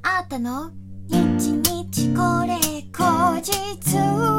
あったの日日これ後日。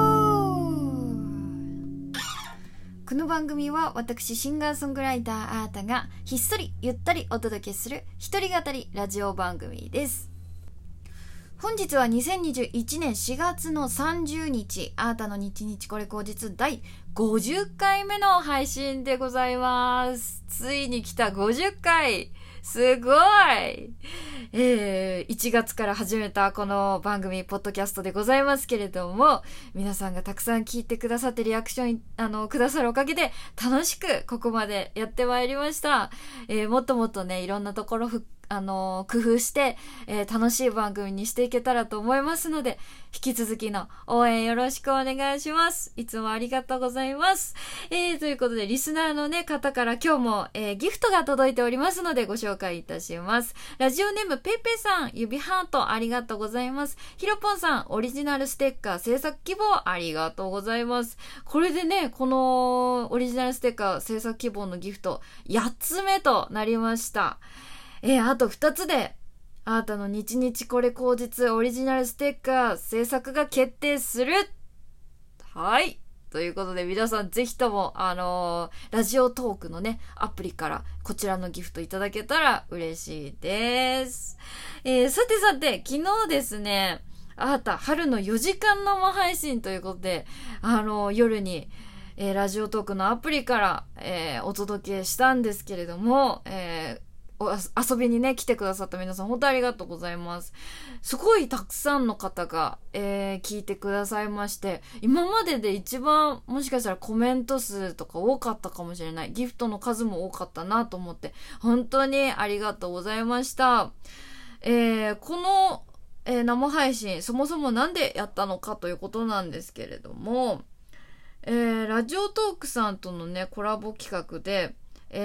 この番組は私シンガーソングライターあーたがひっそりゆったりお届けする一人語りラジオ番組です。本日は2021年4月の30日、あーたの日日これ後日第50回目の配信でございます。ついに来た50回。すごい、1月から始めたこの番組ポッドキャストでございますけれども、皆さんがたくさん聞いてくださってリアクションくださるおかげで楽しくここまでやってまいりました。もっともっとね、いろんなところ工夫して、楽しい番組にしていけたらと思いますので、引き続きの応援よろしくお願いします。いつもありがとうございます。ということでリスナーのね方から今日も、ギフトが届いておりますのでご紹介いたします。ラジオネームペイペイさん、指ハートありがとうございます。ひろぽんさん、オリジナルステッカー制作希望ありがとうございます。これでね、このオリジナルステッカー制作希望のギフト8つ目となりました。あと2つであーたの日日これ後日オリジナルステッカー制作が決定する。はい、ということで皆さんぜひともラジオトークのねアプリからこちらのギフトいただけたら嬉しいです。さて昨日ですね、あーた春の4時間生配信ということで夜にラジオトークのアプリから、お届けしたんですけれども、遊びにね来てくださった皆さん本当ありがとうございます。すごいたくさんの方が、聞いてくださいまして、今までで一番もしかしたらコメント数とか多かったかもしれない、ギフトの数も多かったなと思って本当にありがとうございました。この、生配信そもそもなんでやったのかということなんですけれども、ラジオトークさんとのねコラボ企画で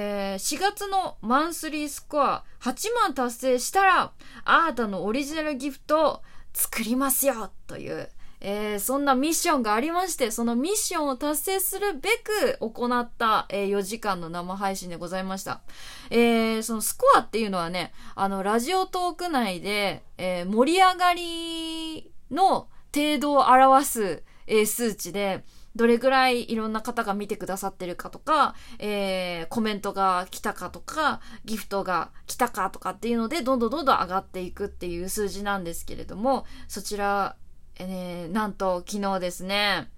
4月のマンスリースコア8万達成したらあーたのオリジナルギフトを作りますよという、そんなミッションがありまして、そのミッションを達成するべく行った、4時間の生配信でございました。そのスコアっていうのはね、ラジオトーク内で、盛り上がりの程度を表す、数値で、どれぐらいいろんな方が見てくださってるかとか、コメントが来たかとか、ギフトが来たかとかっていうので、どんどん上がっていくっていう数字なんですけれども、そちら、なんと昨日ですね、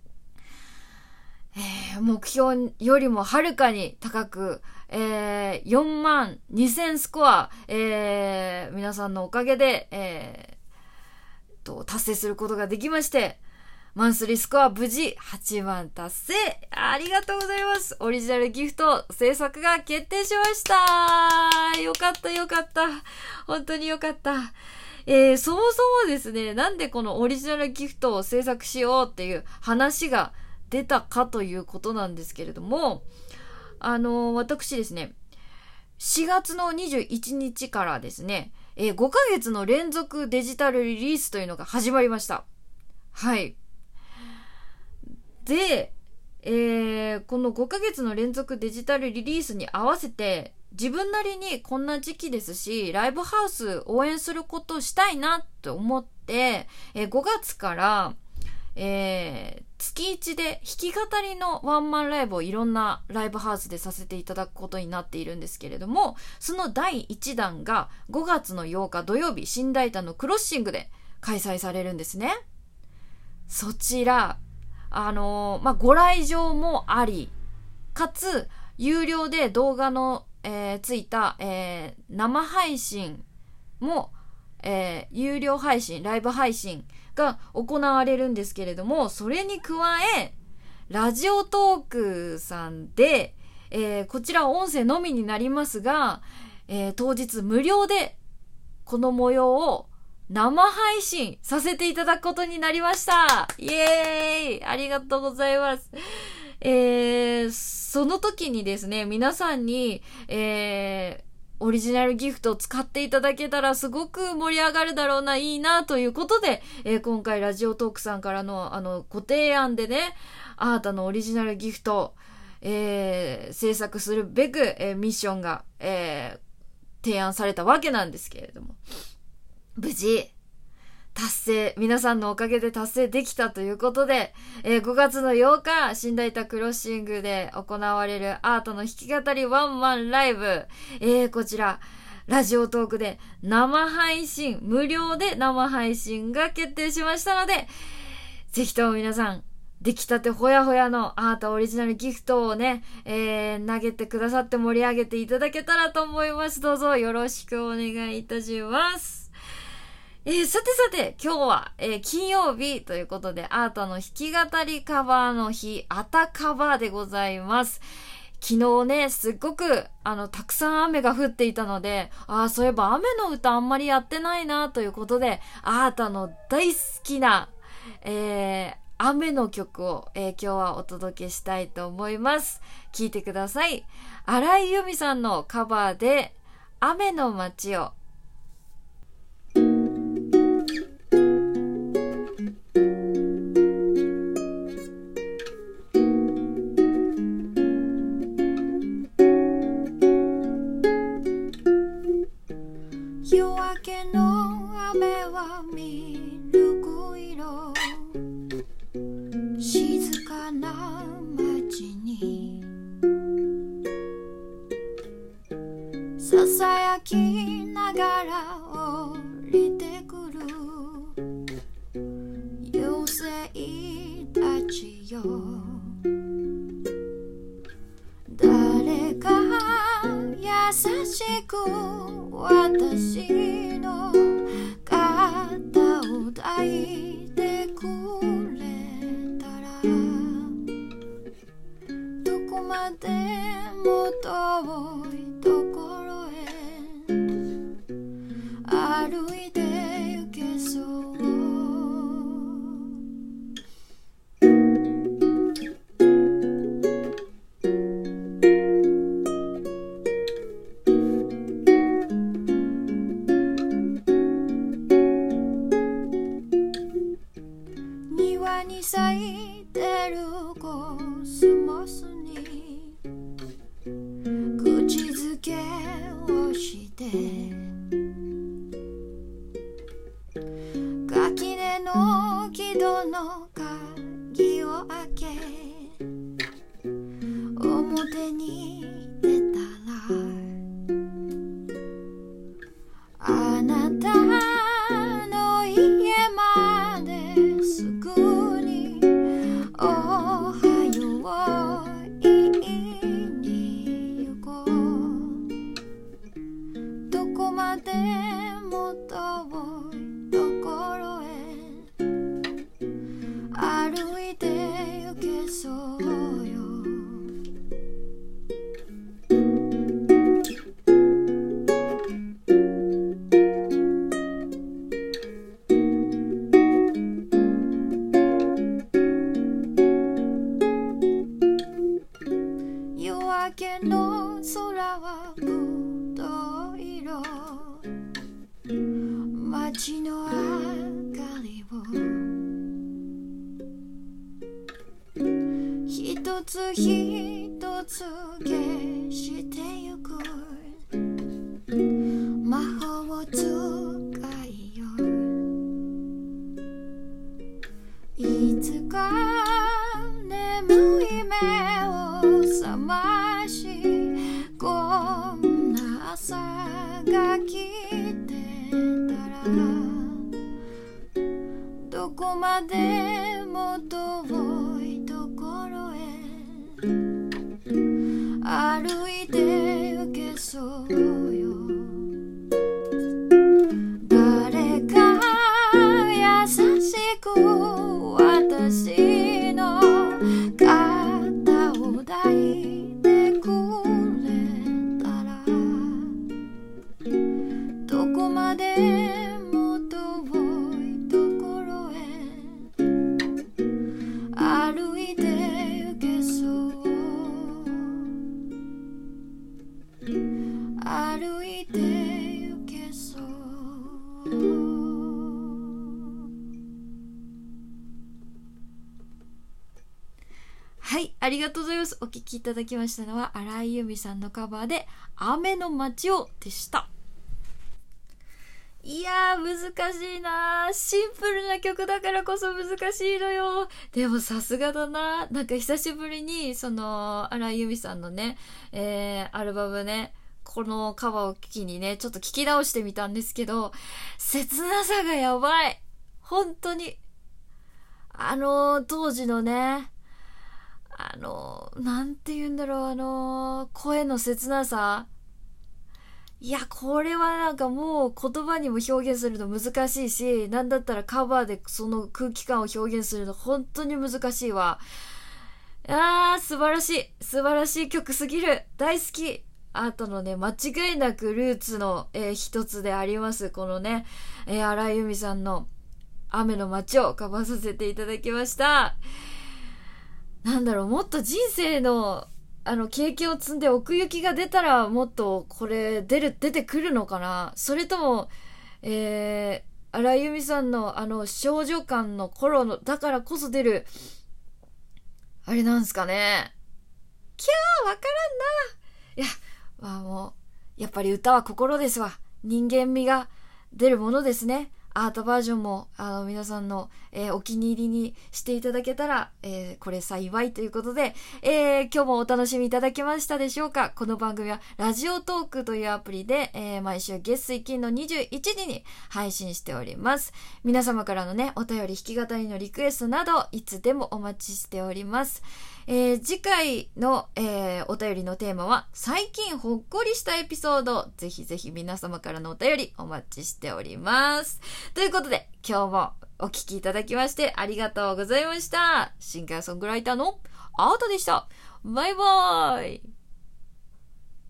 目標よりもはるかに高く、4万2000スコア、皆さんのおかげで、達成することができまして、マンスリースコア無事8万達成、ありがとうございます。オリジナルギフト制作が決定しました。よかった本当によかった。そもそもですね、なんでこのオリジナルギフトを制作しようっていう話が出たかということなんですけれども、私ですね、4月の21日からですね、5ヶ月の連続デジタルリリースというのが始まりました。はい。で、この5ヶ月の連続デジタルリリースに合わせて、自分なりにこんな時期ですし、ライブハウス応援することをしたいなと思って、5月から、月1で弾き語りのワンマンライブをいろんなライブハウスでさせていただくことになっているんですけれども、その第1弾が5月の8日土曜日、新大田のクロッシングで開催されるんですね。そちら、ご来場もあり、かつ、有料で動画の、ついた、生配信も、有料配信、ライブ配信が行われるんですけれども、それに加え、ラジオトークさんで、こちら音声のみになりますが、当日無料でこの模様を生配信させていただくことになりました。イエーイ、ありがとうございます。その時にですね、皆さんに、オリジナルギフトを使っていただけたらすごく盛り上がるだろうな、いいなということで、今回ラジオトークさんからのご提案でね、あーたのオリジナルギフト、制作するべく、ミッションが、提案されたわけなんですけれども、 無事達成、皆さんのおかげで達成できたということで、5月の8日、新大田クロッシングで行われるアートの弾き語りワンマンライブ、こちらラジオトークで生配信、無料で生配信が決定しましたので、ぜひとも皆さん出来たてほやほやのアートオリジナルギフトをね、投げてくださって盛り上げていただけたらと思います。どうぞよろしくお願いいたします。さて今日は、金曜日ということでアートの弾き語りカバーの日、アタカバーでございます。昨日ね、すっごくたくさん雨が降っていたので、そういえば雨の歌あんまりやってないなということで、アートの大好きな、雨の曲を、今日はお届けしたいと思います。聴いてください。荒井由実さんのカバーで雨の街を。 夜明けの雨はミルク色、静かな街にささやきながら降りてくる妖精たちよ、誰か優しく私の肩を抱いてくれたら、どこまでも遠いところへ歩いて行けそう。に咲いてるコスモスに口づけをして垣根の木戸の鍵を開け表に出たら、あなたの家まですぐにおはよう言いに行こう、どこまでも遠いところへ歩いて行けそうよ。夜明けの空はぶどう色、街の明かりを一つ一つ消してゆく魔法使いよ、いつか眠い目を覚まし、こんな朝が来てたら、どこまでも遠いところへ歩いて行けそうよ。誰か優しく私の肩を抱いてくれたら、どこまでも遠いところへ歩いて行けそう、歩いて行けそう。 はい、ありがとうございます。お聴きいただきましたのは荒井由実さんのカバーで雨の街をでした。 いやー難しいな。シンプルな曲だからこそ難しいのよ。でもさすがだな。なんか久しぶりにその荒井由実さんのね、アルバムね、このカバーを聞きにねちょっと聞き直してみたんですけど、切なさがやばい。本当に当時のね、なんて言うんだろう、声の切なさ。いや、これはなんかもう言葉にも表現するの難しいし、なんだったらカバーでその空気感を表現するの本当に難しいわ。素晴らしい。素晴らしい曲すぎる。大好き。アートのね、間違いなくルーツの、一つであります。このね、荒井由実さんの雨の街をカバーさせていただきました。なんだろう、もっと人生の経験を積んで奥行きが出たらもっとこれ出てくるのかな。それとも、荒井由実さんの少女感の頃のだからこそ出るあれなんすかね。わからんな。いや、まあもうやっぱり歌は心ですわ。人間味が出るものですね。アートバージョンも皆さんの、お気に入りにしていただけたら、これ幸いということで、今日もお楽しみいただけましたでしょうか。この番組はラジオトークというアプリで、毎週月水金の21時に配信しております。皆様からのねお便り、弾き語りのリクエストなどいつでもお待ちしております。次回の、お便りのテーマは最近ほっこりしたエピソード。ぜひぜひ皆様からのお便りお待ちしております。ということで今日もお聞きいただきましてありがとうございました。シンガーソングライターのアートでした。バイバーイ。